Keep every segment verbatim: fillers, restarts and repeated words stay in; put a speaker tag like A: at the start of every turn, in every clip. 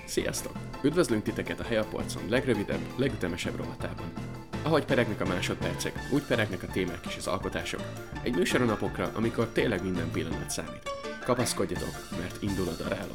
A: Sziasztok! Üdvözlünk titeket a Hely a Polcon legrövidebb, legütemesebb rovatában. Ahogy peregnek a másodpercek, úgy peregnek a témák és az alkotások. Egy műsor a napokra, amikor tényleg minden pillanat számít. Kapaszkodjatok, mert indul a daráló.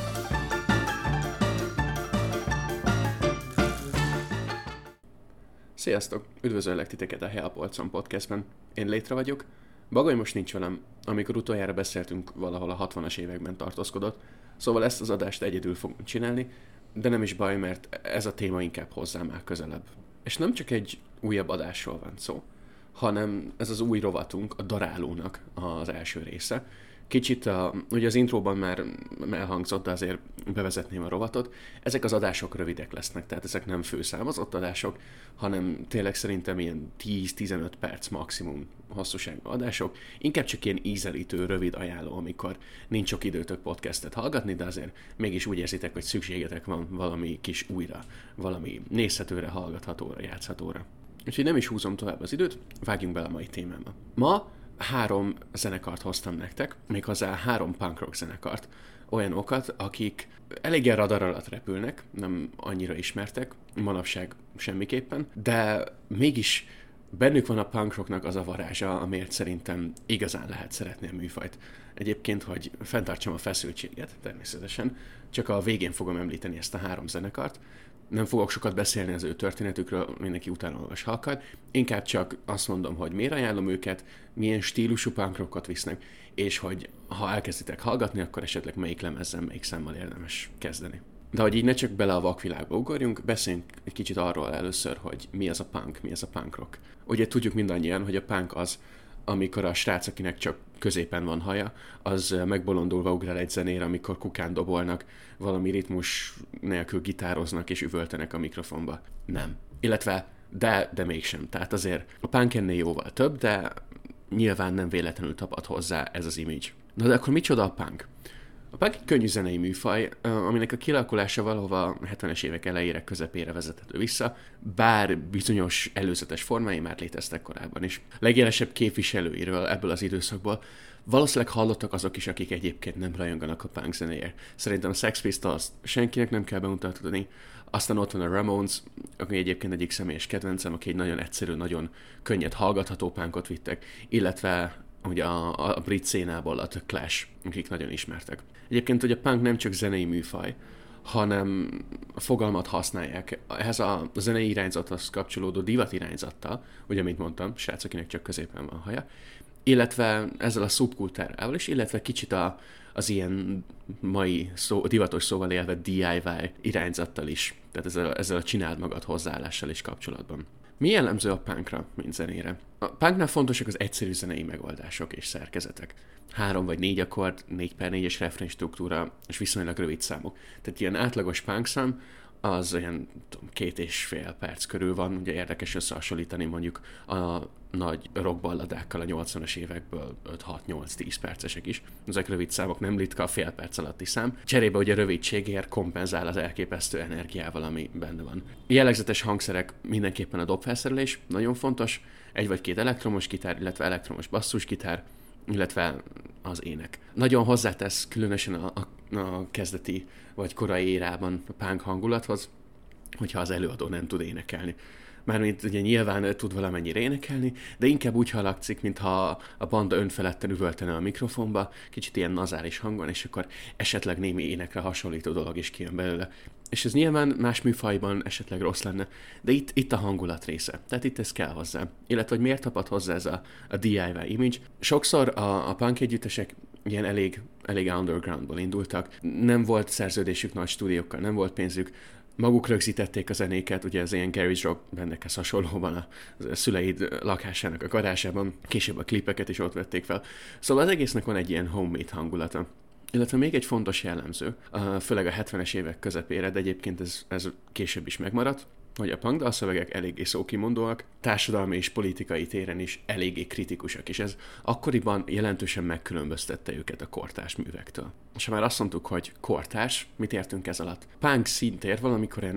A: Sziasztok! Üdvözöllek titeket a Hely a Polcon podcastben. Én Létre vagyok. Bagoly most nincs velem, amikor utoljára beszéltünk, valahol a hatvanas években tartózkodott, szóval ezt az adást egyedül fogunk csinálni, de nem is baj, mert ez a téma inkább hozzám áll közelebb. És nem csak egy újabb adásról van szó, hanem ez az új rovatunk, a Darálónak az első része. Kicsit, a, ugye az intróban már elhangzott, de azért bevezetném a rovatot. Ezek az adások rövidek lesznek, tehát ezek nem főszámozott adások, hanem tényleg szerintem ilyen tíz-tizenöt perc maximum hosszúságú adások. Inkább csak ilyen ízelítő, rövid ajánló, amikor nincs sok időtök podcastet hallgatni, de azért mégis úgy érzitek, hogy szükségetek van valami kis újra, valami nézhetőre, hallgathatóra, játszhatóra. Úgyhogy nem is húzom tovább az időt, vágjunk bele a mai témába. Ma három zenekart hoztam nektek, méghozzá három punk rock zenekart. Olyanokat, akik eléggé radar alatt repülnek, nem annyira ismertek, manapság semmiképpen, de mégis bennük van a punk rocknak az a varázsa, amiért szerintem igazán lehet szeretni a műfajt. Egyébként, hogy fenntartsam a feszültséget, természetesen, csak a végén fogom említeni ezt a három zenekart. Nem fogok sokat beszélni az ő történetükről, mindenki utána olvas halkan. Inkább csak azt mondom, hogy miért ajánlom őket, milyen stílusú punk rockot visznek, és hogy ha elkezditek hallgatni, akkor esetleg melyik lemezzen, melyik számmal érdemes kezdeni. De hogy így ne csak bele a vakvilágba ugorjunk, beszéljünk egy kicsit arról először, hogy mi az a punk, mi az a punk rock. Ugye tudjuk mindannyian, hogy a punk az, amikor a srác, akinek csak középen van haja, az megbolondulva ugrál egy zenére, amikor kukán dobolnak, valami ritmus nélkül gitároznak és üvöltenek a mikrofonba. Nem. Illetve, de, de mégsem. Tehát azért a punk ennél jóval több, de nyilván nem véletlenül tapad hozzá ez az image. Na de akkor micsoda a punk? A punk egy könnyű zenei műfaj, aminek a kialakulása valahova a hetvenes évek elejére, közepére vezethető vissza, bár bizonyos előzetes formái már léteztek korábban is. Legjelesebb képviselőiről ebből az időszakból valószínűleg hallottak azok is, akik egyébként nem rajonganak a punk zenéért. Szerintem a Sex Pistols senkinek nem kell bemutatni, aztán ott van a Ramones, aki egyébként egyik személyes kedvencem, aki egy nagyon egyszerű, nagyon könnyed hallgatható punkot vittek, illetve ugye a, a brit szénából a The Clash, akik nagyon ismertek. Egyébként ugye a punk nem csak zenei műfaj, hanem a fogalmat használják. Ehhez a zenei irányzathoz kapcsolódó divat irányzattal, ugye, mint mondtam, srác, akinek csak középen van haja, illetve ezzel a szubkultúrával is, illetve kicsit a, az ilyen mai szó, divatos szóval élve dé i vé irányzattal is, tehát ezzel, ezzel a csináld magad hozzáállással is kapcsolatban. Mi jellemző a punkra, mint zenére? A punknál fontosak az egyszerű zenei megoldások és szerkezetek. Három vagy négy akkord, négy per négyes refrén struktúra, és viszonylag rövid számok. Tehát ilyen átlagos punk szám, az olyan tudom, két és fél perc körül van, ugye érdekes összehasonlítani mondjuk a nagy rockballadákkal a nyolcvanas évekből öt-hat-nyolc-tíz percesek is. Ezek rövid számok, nem ritka a fél perc alatti szám. Cserébe ugye a rövidségért kompenzál az elképesztő energiával, ami benne van. Jellegzetes hangszerek mindenképpen a dobfelszerelés, nagyon fontos, egy vagy két elektromos gitár, illetve elektromos basszusgitár, illetve az ének. Nagyon hozzátesz különösen a, a, a kezdeti vagy korai érában a punk hangulathoz, hogyha az előadó nem tud énekelni. Mármint ugye nyilván tud valamennyire énekelni, de inkább úgy hallatszik, mintha a banda önfeledten üvöltene a mikrofonba, kicsit ilyen nazális hangon, és akkor esetleg némi énekre hasonlító dolog is kijön belőle. És ez nyilván más műfajban esetleg rossz lenne, de itt, itt a hangulat része. Tehát itt ez kell hozzá. Illetve, hogy miért tapad hozzá ez a, a dé i vé image. Sokszor a, a punk együttesek ilyen elég, elég undergroundból indultak. Nem volt szerződésük nagy stúdiókkal, nem volt pénzük. Maguk rögzítették a zenéket, ugye az ilyen garage rock bennekhez hasonlóban a, a szüleid lakásának a garázsában, később a klipeket is ott vették fel. Szóval az egésznek van egy ilyen homemade hangulata. Illetve még egy fontos jellemző, főleg a hetvenes évek közepére, de egyébként ez, ez később is megmaradt, hogy a punk dalszövegek eléggé szókimondóak, társadalmi és politikai téren is eléggé kritikusak, és ez akkoriban jelentősen megkülönböztette őket a kortárs művektől. És ha már azt mondtuk, hogy kortárs, mit értünk ez alatt? Punk szintér valamikor ilyen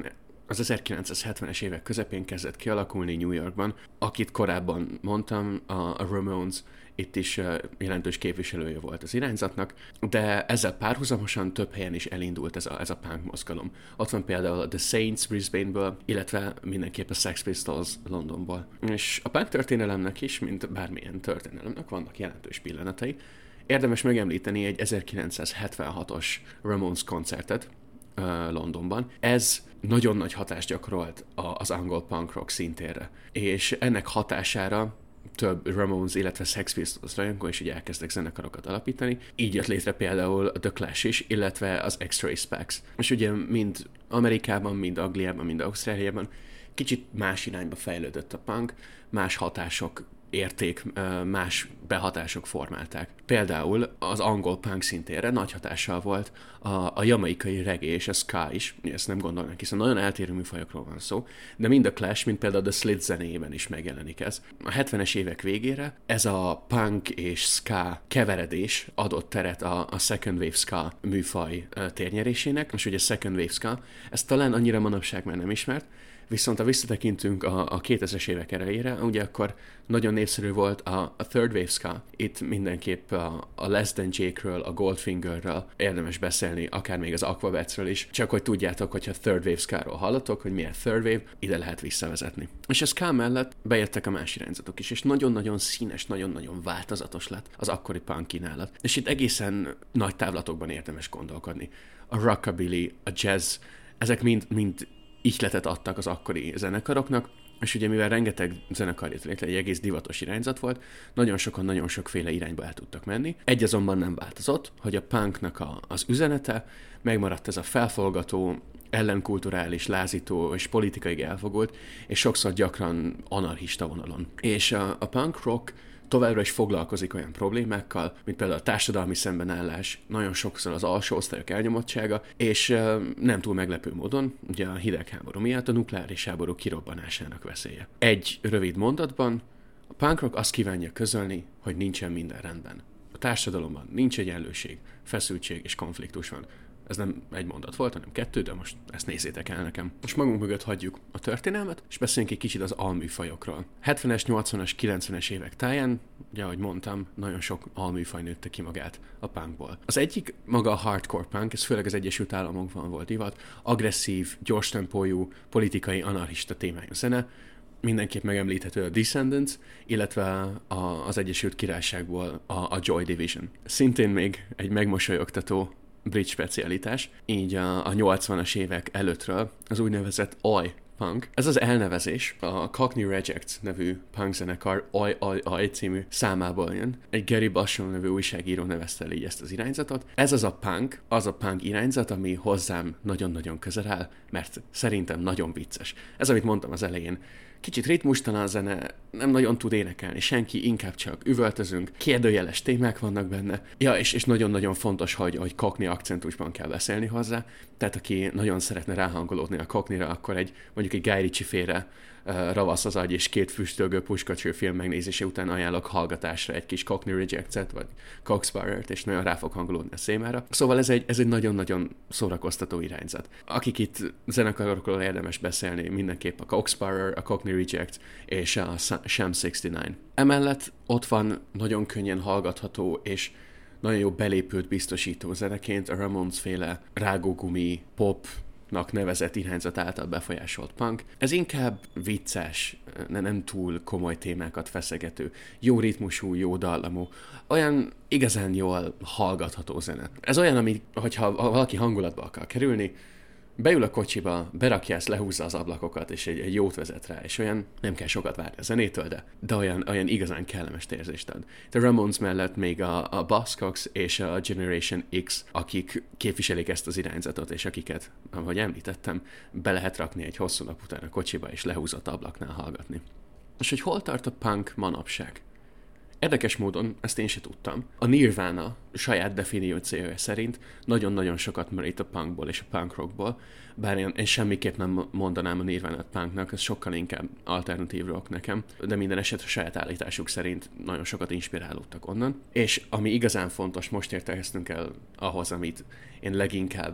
A: az ezerkilencszázhetvenes évek közepén kezdett kialakulni New Yorkban, akit korábban mondtam, a, a Ramones itt is uh, jelentős képviselője volt az irányzatnak, de ezzel párhuzamosan több helyen is elindult ez a, ez a punk mozgalom. Ott van például a The Saints Brisbaneből, illetve mindenképp a Sex Pistols Londonból. És a punk történelemnek is, mint bármilyen történelemnek vannak jelentős pillanatai. Érdemes megemlíteni egy ezerkilencszázhetvenhatos Ramones koncertet uh, Londonban. Ez nagyon nagy hatást gyakorolt az angol punk rock szintérre, és ennek hatására több Ramones, illetve Sex Pistols rajongó is ugye elkezdtek zenekarokat alapítani. Így jött létre például The Clash is, illetve az X-Ray Specs. És ugye mind Amerikában, mind Angliában, mind Ausztráliában kicsit más irányba fejlődött a punk, más hatások érték, más behatások formálták. Például az angol punk szintére nagy hatással volt a, a jamaikai reggae és a ska is, ezt nem gondolnánk, hiszen nagyon eltérő műfajokról van szó, de mind a Clash, mind például a Slits zenéjében is megjelenik ez. A hetvenes évek végére ez a punk és ska keveredés adott teret a, a Second Wave Ska műfaj térnyerésének, és ugye Second Wave Ska, ez talán annyira manapság már nem ismert, viszont ha visszatekintünk a, a kétezres évek elejére, ugye akkor nagyon népszerű volt a, a Third Wave Ska. Itt mindenképp a, a Less Than Jake-ről, a Goldfingerről érdemes beszélni, akár még az Aquabats-ről is, csak hogy tudjátok, hogyha Third Wave Ska-ról hallotok, hogy milyen Third Wave, ide lehet visszavezetni. És a ska mellett bejöttek a más irányzatok is, és nagyon-nagyon színes, nagyon-nagyon változatos lett az akkori punk kínálat. És itt egészen nagy távlatokban érdemes gondolkodni. A rockabilly, a jazz, ezek mind, mind ihletet adtak az akkori zenekaroknak, és ugye mivel rengeteg zenekar jött létre, egy egész divatos irányzat volt, nagyon sokan nagyon sokféle irányba el tudtak menni. Egy azonban nem változott, hogy a punknak a, az üzenete megmaradt ez a felfolgató, ellenkulturális, lázító és politikai elfogult, és sokszor gyakran anarchista vonalon. És a, a punk rock továbbra is foglalkozik olyan problémákkal, mint például a társadalmi szembenállás, nagyon sokszor az alsó osztályok elnyomottsága, és uh, nem túl meglepő módon, ugye a hidegháború miatt a nukleáris háború kirobbanásának veszélye. Egy rövid mondatban, a punk rock azt kívánja közölni, hogy nincsen minden rendben. A társadalomban nincs egyenlőség, feszültség és konfliktus van. Ez nem egy mondat volt, hanem kettő, de most ezt nézzétek el nekem. Most magunk mögött hagyjuk a történelmet, és beszéljünk egy kicsit az alműfajokról. hetvenes, nyolcvanas, kilencvenes évek táján, ugye ahogy mondtam, nagyon sok alműfaj nőtte ki magát a punkból. Az egyik maga a hardcore punk, ez főleg az Egyesült Államokban volt divat, agresszív, gyors tempójú, politikai, anarchista témájú zene, mindenképp megemlíthető a Descendants, illetve a, az Egyesült Királyságból a, a Joy Division. Szintén még egy megmosolyogtató brit specialitás, így a, a nyolcvanas évek előttről az úgynevezett oi punk. Ez az elnevezés a Cockney Rejects nevű punk zenekar oi oi oi című számából jön. Egy Gary Basham nevű újságíró nevezte el így ezt az irányzatot. Ez az a punk, az a punk irányzat, ami hozzám nagyon-nagyon közel áll, mert szerintem nagyon vicces. Ez, amit mondtam az elején, kicsit ritmustalan zene, nem nagyon tud énekelni senki, inkább csak üvöltözünk, kérdőjeles témák vannak benne. Ja, és, és nagyon-nagyon fontos, hogy, hogy cockney akcentusban kell beszélni hozzá, tehát aki nagyon szeretne ráhangolódni a cockneyra, akkor egy mondjuk egy Guy Ritchie féle uh, Ravasz az agy és két füstölgő puskacső film megnézése után ajánlok hallgatásra egy kis Cockney Rejects-et, vagy Cockspurrert, és nagyon rá fog hangolódni a szémára. Szóval ez egy, ez egy nagyon-nagyon szórakoztató irányzat. Akik itt zenekarokról érdemes beszélni, mindenképp a Cockspurrer, a Cockney Rejects és a Sham hatszázkilencven. Emellett ott van nagyon könnyen hallgatható és nagyon jó belépőt biztosító zeneként a Ramones féle rágógumi popnak nevezett irányzat által befolyásolt punk. Ez inkább vicces, nem túl komoly témákat feszegető, jó ritmusú, jó dallamú, olyan igazán jól hallgatható zene. Ez olyan, ami, hogyha valaki hangulatba akar kerülni, beül a kocsiba, berakja ezt, lehúzza az ablakokat, és egy, egy jót vezet rá, és olyan nem kell sokat várni a zenétől, de, de olyan, olyan igazán kellemes érzést ad. De Ramones mellett még a, a Buzzcocks és a Generation X, akik képviselik ezt az irányzatot, és akiket, ahogy említettem, be lehet rakni egy hosszú nap után a kocsiba, és lehúzott ablaknál hallgatni. És hogy hol tart a punk manapság? Érdekes módon, ezt én se tudtam. A Nirvana saját definíciója szerint nagyon-nagyon sokat merít a punkból és a punk rockból, bár én, én semmiképp nem mondanám a Nirvánát punknak, ez sokkal inkább alternatív rock nekem, de minden esetre saját állításuk szerint nagyon sokat inspirálódtak onnan. És ami igazán fontos, most érkeztünk el ahhoz, amit én leginkább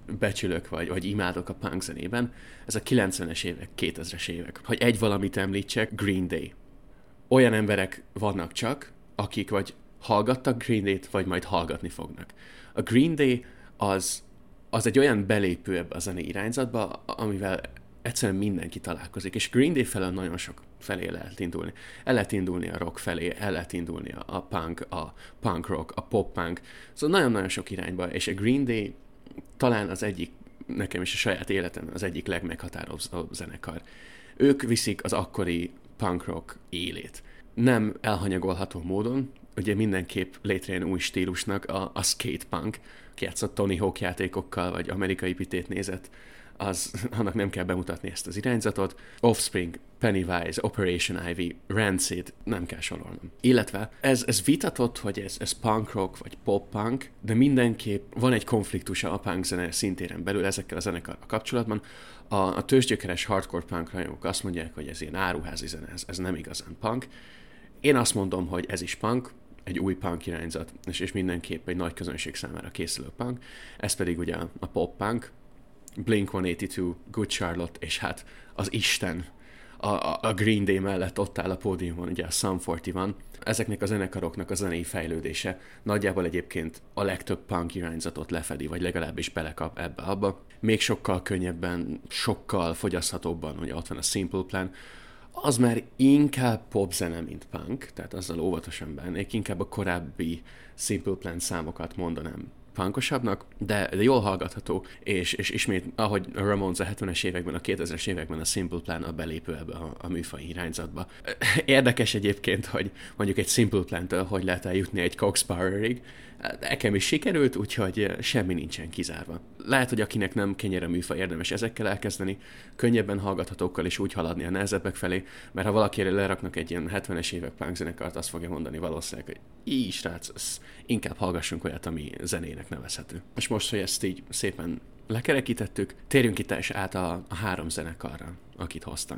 A: becsülök, vagy, vagy imádok a punk zenében, ez a kilencvenes évek, kétezres évek. Hogy egy valamit említsek, Green Day. Olyan emberek vannak csak, akik vagy hallgattak Green Day-t, vagy majd hallgatni fognak. A Green Day az, az egy olyan belépő ebbe a zenei irányzatba, amivel egyszerűen mindenki találkozik, és Green Day felől nagyon sok felé lehet indulni. El lehet indulni a rock felé, el lehet indulni a, a punk, a punk rock, a pop punk, szóval nagyon-nagyon sok irányba, és a Green Day talán az egyik, nekem is a saját életem az egyik legmeghatározóbb zenekar. Ők viszik az akkori punk rock élét. Nem elhanyagolható módon, ugye mindenképp létrejön új stílusnak a, a skate punk, ki játszott Tony Hawk játékokkal, vagy amerikai pitét nézett, az, annak nem kell bemutatni ezt az irányzatot. Offspring, Pennywise, Operation Ivy, Rancid, nem kell sorolnom. Illetve ez, ez vitatott, hogy ez, ez punk rock vagy pop punk, de mindenképp van egy konfliktusa a punk zene szintéren belül ezekkel a zenekarral kapcsolatban. A, a tőzsgyökeres hardcore punk rajongók azt mondják, hogy ez ilyen áruházi zene, ez, ez nem igazán punk. Én azt mondom, hogy ez is punk, egy új punk irányzat, és, és mindenképp egy nagy közönség számára készülő punk. Ez pedig ugye a, a pop punk, Blink száznyolcvankettő, Good Charlotte, és hát az Isten, a, a Green Day mellett ott áll a pódiumon, ugye a Sum negyvenegy. Ezeknek a zenekaroknak a zenei fejlődése nagyjából egyébként a legtöbb punk irányzatot lefedi, vagy legalábbis belekap ebbe-abba. Még sokkal könnyebben, sokkal fogyaszthatóbban, ugye ott van a Simple Plan, az már inkább popzene, mint punk, tehát azzal óvatosan bennék, inkább a korábbi Simple Plan számokat mondanám punkosabbnak, de, de jól hallgatható, és, és ismét, ahogy a Ramones a hetvenes években, a kétezres években a Simple Plan a belépő ebbe a, a műfai irányzatba. Érdekes egyébként, hogy mondjuk egy Simple Plan-től hogy lehet eljutni egy Cox Powerig. Nekem is sikerült, úgyhogy semmi nincsen kizárva. Lehet, hogy akinek nem kenyér a műfaj, érdemes ezekkel elkezdeni, könnyebben hallgathatókkal és úgy haladni a nehezebbek felé, mert ha valakire leraknak egy ilyen hetvenes évek punk zenekart, azt fogja mondani valószínűleg, hogy így srác, inkább hallgassunk olyat, ami zenének nevezhető. És most, hogy ezt így szépen lekerekítettük, térjünk itt is át a, a három zenekarra, akit hoztam.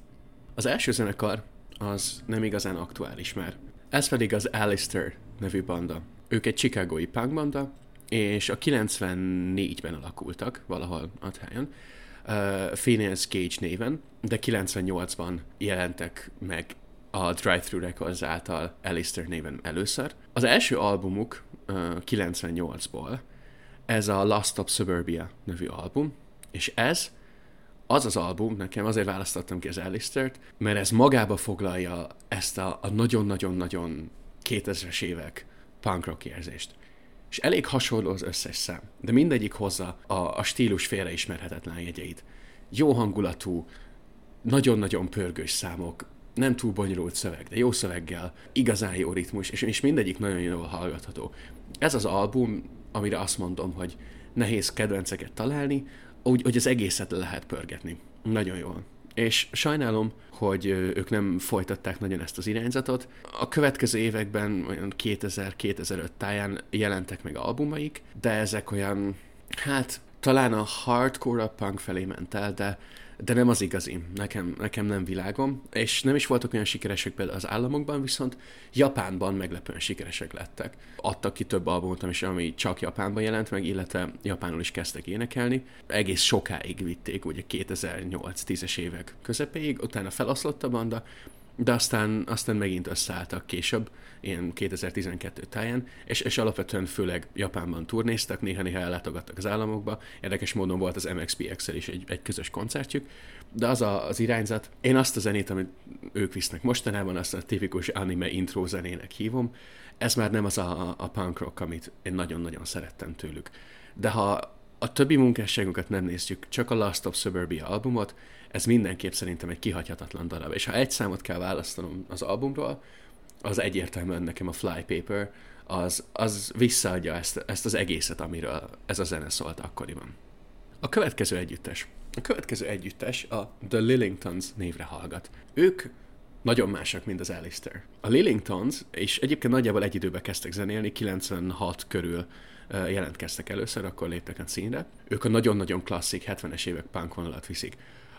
A: Az első zenekar az nem igazán aktuális már. Ez pedig az Alistair nevű banda. Ők egy chicagói punk banda, és a kilencvennégyben alakultak, valahol ott helyen, uh, Phineas Gage néven, de kilencvennyolcban jelentek meg a Drive-Thru Records által Alistair néven először. Az első albumuk uh, kilencvennyolcból, ez a Last Stop Suburbia nevű album, és ez az az album, nekem azért választottam ki az Alistair-t, mert ez magába foglalja ezt a, a nagyon-nagyon-nagyon kétezres évek punk rock érzést. És elég hasonló az összes szám, de mindegyik hozza a, a stílus félreismerhetetlen jegyeit. Jó hangulatú, nagyon-nagyon pörgős számok, nem túl bonyolult szöveg, de jó szöveggel, igazán jó ritmus, és, és mindegyik nagyon jól hallgatható. Ez az album, amire azt mondom, hogy nehéz kedvenceket találni, úgy, hogy az egészet le lehet pörgetni. Nagyon jól. És sajnálom, hogy ők nem folytatták nagyon ezt az irányzatot. A következő években, olyan kétezer-kétezer-öt táján jelentek meg albumaik, de ezek olyan, hát talán a hardcore a punk felé ment el, de, de nem az igazi. Nekem, nekem nem világom. És nem is voltak olyan sikeresek például az államokban, viszont Japánban meglepően sikeresek lettek. Adtak ki több albumot, is, ami csak Japánban jelent meg, illetve Japánul is kezdtek énekelni. Egész sokáig vitték, ugye kétezer-nyolc-tízes évek közepéig, utána feloszlott a banda, de aztán, aztán megint összeálltak később, ilyen kétezer-tizenkettő táján, és, és alapvetően főleg Japánban turnéztak, néha-néha ellátogattak az államokba, érdekes módon volt az em iksz pé iksz-el is egy, egy közös koncertjük, de az a, az irányzat, én azt a zenét, amit ők visznek mostanában, azt a tipikus anime intro zenének hívom, ez már nem az a, a punk rock, amit én nagyon-nagyon szerettem tőlük. De ha a többi munkásságunkat nem nézzük, csak a Last Stop Suburbia albumot, ez mindenképp szerintem egy kihagyhatatlan darab. És ha egy számot kell választanom az albumról, az egyértelműen nekem a Flypaper, az, az visszaadja ezt, ezt az egészet, amiről ez a zene szólt akkoriban. A következő együttes. A következő együttes a The Lillingtons névre hallgat. Ők nagyon másak, mint az Alistair. A Lillingtons, és egyébként nagyjából egy időben kezdtek zenélni, kilencvenhat körül jelentkeztek először, akkor léptek a színre. Ők a nagyon-nagyon klasszik hetvenes évek punk vonalat viszik.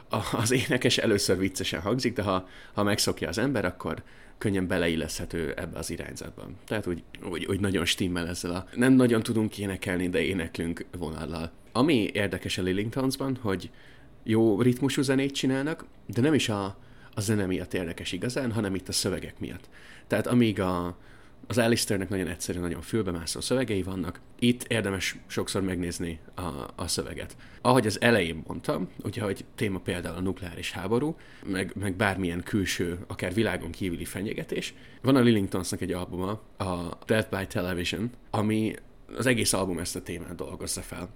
A: az énekes először viccesen hangzik, de ha, ha megszokja az ember, akkor könnyen beleilleszthető ebbe az irányzatba. Tehát úgy, úgy, úgy nagyon stimmel ezzel a... Nem nagyon tudunk énekelni, de éneklünk vonallal. Ami érdekes a Lillingtonsban, hogy jó ritmusú zenét csinálnak, de nem is a, a zene miatt érdekes igazán, hanem itt a szövegek miatt. Tehát amíg a, az Alistairnek nagyon egyszerű, nagyon fülbemászó szövegei vannak, itt érdemes sokszor megnézni a, a szöveget. Ahogy az elején mondtam, ugye, hogy téma például a nukleáris háború, meg, meg bármilyen külső, akár világon kívüli fenyegetés, van a Lillingtonsnak egy albuma, a Death by Television, ami az egész album ezt a témát dolgozza fel.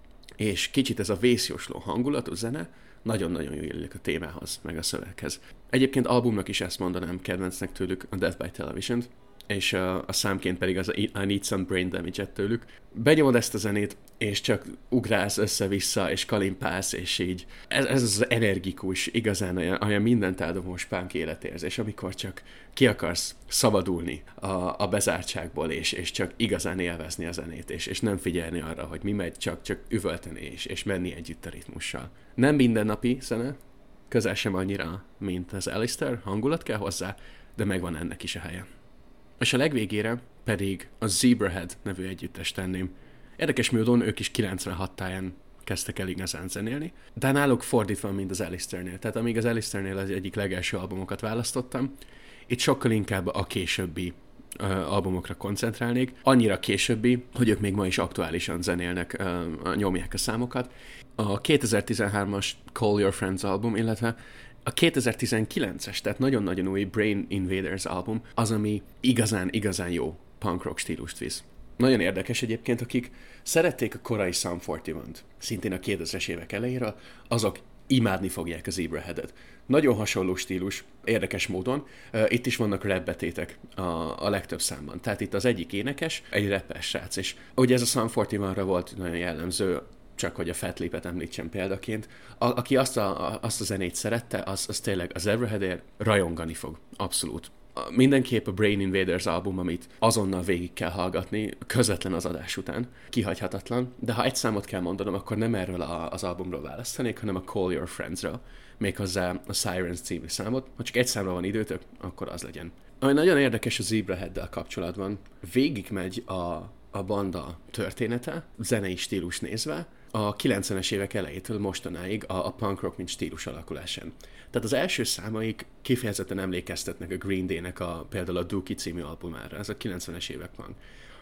A: És kicsit ez a vészjósló hangulatú zene nagyon-nagyon jó illik a témához, meg a szöveghez. Egyébként albumnak is ezt mondanám kedvencnek tőlük, a Death by Television-t, és a, a számként pedig az I Need Some Brain Damage-et tőlük. Benyomod ezt a zenét, és csak ugrálsz össze-vissza, és kalimpálsz, és így. Ez, ez az energikus, igazán olyan, olyan mindent eldobós punk életérzés, amikor csak ki akarsz szabadulni a, a bezártságból, és, és csak igazán élvezni a zenét, és, és nem figyelni arra, hogy mi megy, csak, csak üvölteni, és, és menni együtt a ritmussal. Nem mindennapi zene, közel sem annyira, mint az Alistair, hangulat kell hozzá, de megvan ennek is a helye. És a legvégére pedig a Zebrahead nevű együttest tenném. Érdekes módon ők is kilencvenhat táján kezdtek el igazán zenélni, de náluk fordítva, mint az Alistairnél. Tehát amíg az Alistairnél az egyik legelső albumokat választottam, itt sokkal inkább a későbbi uh, albumokra koncentrálnék. Annyira későbbi, hogy ők még ma is aktuálisan zenélnek, uh, nyomják a számokat. A kétezer-tizenhármas Call Your Friends album, illetve a kétezer-tizenkilences, tehát nagyon-nagyon új Brain Invaders album az, ami igazán-igazán jó punk rock stílust visz. Nagyon érdekes egyébként, akik szerették a korai Sum negyvenöt, szintén a kétezres évek elejéről, azok imádni fogják a Zebraheadet. Nagyon hasonló stílus, érdekes módon. Uh, itt is vannak rap betétek a, a legtöbb számban. Tehát itt az egyik énekes, egy rappes srác, és ugye ez a Sum negyvenre volt nagyon jellemző, csak hogy a Fat Lip-et említsem példaként. A, aki azt a, a, azt a zenét szerette, az, az tényleg az Zebraheadért rajongani fog. Abszolút. A, mindenképp a Brain Invaders album, amit azonnal végig kell hallgatni, közvetlen az adás után. Kihagyhatatlan. De ha egy számot kell mondanom, akkor nem erről a, az albumról választanék, hanem a Call Your Friends-ről. Méghozzá a Sirens című számot. Ha csak egy számra van időtök, akkor az legyen. Ami nagyon érdekes a Zebraheaddel kapcsolatban, végigmegy a, a banda története, zenei stílus nézve, a kilencvenes évek elejétől mostanáig a, a punk rock mint stílus alakulásán. Tehát az első számaik kifejezetten emlékeztetnek a Green Day-nek a, például a Dookie című albumára, ez a kilencvenes évek punk.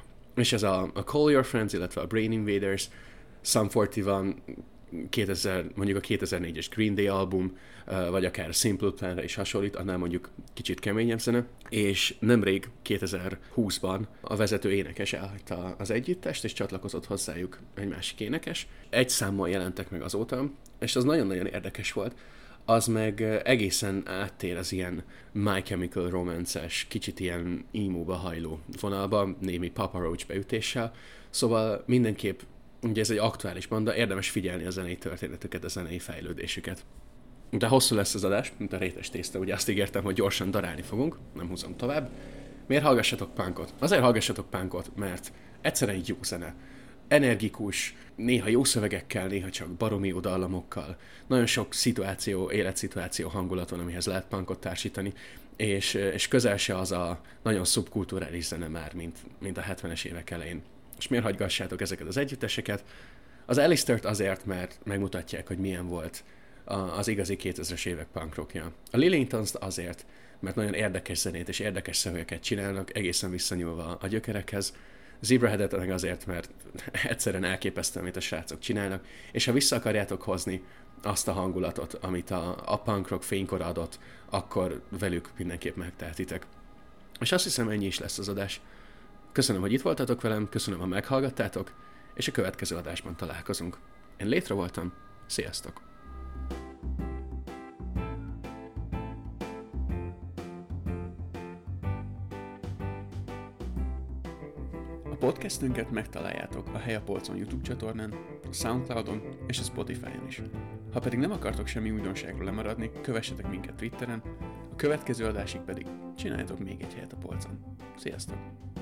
A: És ez a, a Call Your Friends, illetve a Brain Invaders, Sum negyven, kétezer, mondjuk a kétezer-négyes Green Day album, vagy akár a Simple Planre is hasonlít, annál mondjuk kicsit keményebb zene, és nemrég kétezer-húszban a vezető énekes elhagyta az együttest, és csatlakozott hozzájuk egy másik énekes. Egy számmal jelentek meg azóta, és az nagyon-nagyon érdekes volt, az meg egészen áttér az ilyen My Chemical Romance-es, kicsit ilyen emo-ba hajló vonalba, némi Papa Roach beütéssel, szóval mindenképp ugye ez egy aktuális banda, érdemes figyelni a zenei történetüket, a zenei fejlődésüket. De hosszú lesz az adás, mint a rétes tészta, ugye azt ígértem, hogy gyorsan darálni fogunk, nem húzom tovább. Miért hallgassatok punkot? Azért hallgassatok punkot, mert egyszerűen jó zene. Energikus, néha jó szövegekkel, néha csak baromi jó dallamokkal. Nagyon sok szituáció, életszituáció hangulat van, amihez lehet punkot társítani, és, és közel se az a nagyon szubkulturális zene már, mint, mint a hetvenes évek elején. És miért hagygassátok ezeket az együtteseket? Az Alistair-t azért, mert megmutatják, hogy milyen volt az igazi kétezres évek punk rockja. A Lillingtons azért, mert nagyon érdekes zenét és érdekes szövegeket csinálnak, egészen visszanyúlva a gyökerekhez. Zebraheadet meg azért, mert egyszerűen elképesztő, amit a srácok csinálnak, és ha vissza akarjátok hozni azt a hangulatot, amit a, a punk rock fénykor adott, akkor velük mindenképp megtehetitek. És azt hiszem, ennyi is lesz az adás. Köszönöm, hogy itt voltatok velem, köszönöm, ha meghallgattátok, és a következő adásban találkozunk. Én Létre voltam, sziasztok! A podcastünket megtaláljátok a Hely a Polcon YouTube csatornán, a Soundcloudon és a Spotify-on is. Ha pedig nem akartok semmi újdonságról lemaradni, kövessetek minket Twitteren, a következő adásig pedig csináljatok még egy helyet a polcon. Sziasztok!